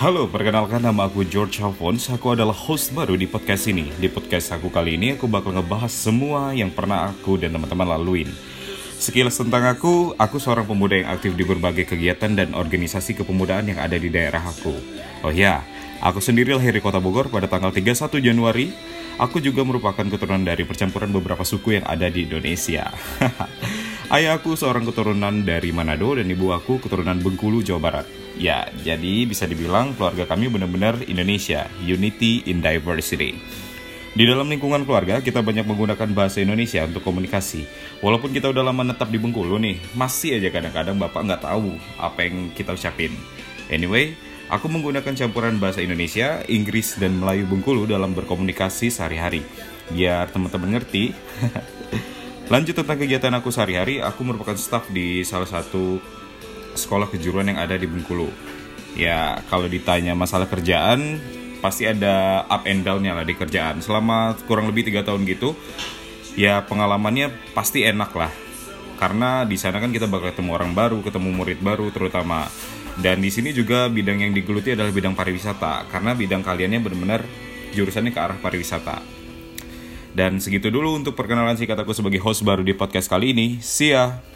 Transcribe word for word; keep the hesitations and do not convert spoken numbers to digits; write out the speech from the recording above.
Halo, perkenalkan nama aku George Alphonse. Aku adalah host baru di podcast ini. Di podcast aku kali ini, aku bakal ngebahas semua yang pernah aku dan teman-teman laluin. Sekilas tentang aku, aku seorang pemuda yang aktif di berbagai kegiatan dan organisasi kepemudaan yang ada di daerah aku. Oh ya, aku sendiri lahir di Kota Bogor pada tanggal tiga puluh satu Januari. Aku juga merupakan keturunan dari percampuran beberapa suku yang ada di Indonesia. Ayah aku seorang keturunan dari Manado dan ibu aku keturunan Bengkulu, Jawa Barat. Ya, jadi bisa dibilang keluarga kami benar-benar Indonesia, unity in diversity. Di dalam lingkungan keluarga, kita banyak menggunakan bahasa Indonesia untuk komunikasi. Walaupun kita udah lama menetap di Bengkulu nih, masih aja kadang-kadang bapak nggak tahu apa yang kita ucapin. Anyway, aku menggunakan campuran bahasa Indonesia, Inggris, dan Melayu Bengkulu dalam berkomunikasi sehari-hari. Biar teman-teman ngerti. Lanjut tentang kegiatan aku sehari-hari, aku merupakan staf di salah satu sekolah kejuruan yang ada di Bengkulu. Ya, kalau ditanya masalah kerjaan, pasti ada up and down-nya lah di kerjaan. Selama kurang lebih tiga tahun gitu, ya pengalamannya pasti enak lah. Karena di sana kan kita bakal ketemu orang baru, ketemu murid baru terutama. Dan di sini juga bidang yang digeluti adalah bidang pariwisata, karena bidang kaliannya benar-benar jurusannya ke arah pariwisata. Dan segitu dulu untuk perkenalan singkat aku sebagai host baru di podcast kali ini. See ya!